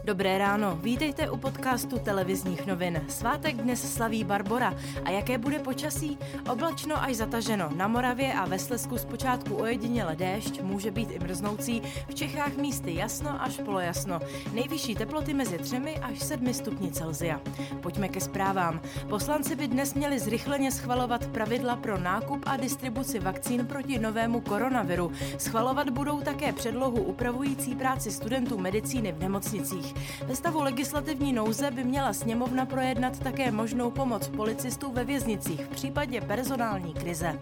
Dobré ráno, vítejte u podcastu televizních novin. Svátek dnes slaví Barbora. A jaké bude počasí? Oblačno až zataženo. Na Moravě a ve Slezsku zpočátku ojediněle déšť, může být i mrznoucí. V Čechách místy jasno až polojasno. Nejvyšší teploty mezi 3 až 7 stupni Celsia. Pojďme ke zprávám. Poslanci by dnes měli zrychleně schvalovat pravidla pro nákup a distribuci vakcín proti novému koronaviru. Schvalovat budou také předlohu upravující práci studentů medicíny v nemocnicích. Ve stavu legislativní nouze by měla sněmovna projednat také možnou pomoc policistů ve věznicích v případě personální krize.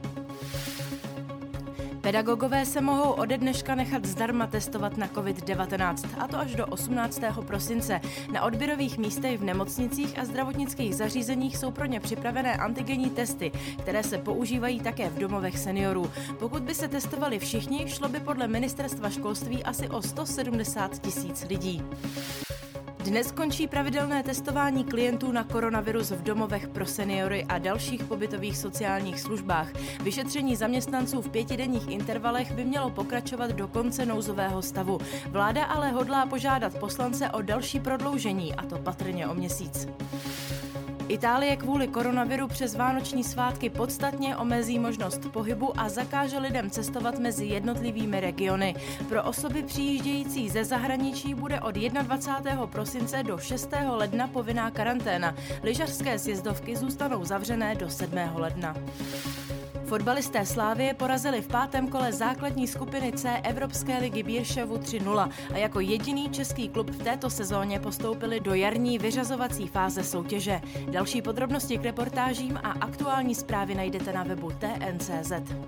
Pedagogové se mohou ode dneška nechat zdarma testovat na COVID-19, a to až do 18. prosince. Na odběrových místech v nemocnicích a zdravotnických zařízeních jsou pro ně připravené antigenní testy, které se používají také v domovech seniorů. Pokud by se testovali všichni, šlo by podle ministerstva školství asi o 170 000 lidí. Dnes končí pravidelné testování klientů na koronavirus v domovech pro seniory a dalších pobytových sociálních službách. Vyšetření zaměstnanců v 5denních intervalech by mělo pokračovat do konce nouzového stavu. Vláda ale hodlá požádat poslance o další prodloužení, a to patrně o měsíc. Itálie kvůli koronaviru přes vánoční svátky podstatně omezí možnost pohybu a zakáže lidem cestovat mezi jednotlivými regiony. Pro osoby přijíždějící ze zahraničí bude od 21. prosince do 6. ledna povinná karanténa. Lyžařské sjezdovky zůstanou zavřené do 7. ledna. Fotbalisté Slavie porazili v 5. kole základní skupiny C Evropské ligy Bíršovu 3-0 a jako jediný český klub v této sezóně postoupili do jarní vyřazovací fáze soutěže. Další podrobnosti k reportážím a aktuální zprávy najdete na webu TN.cz.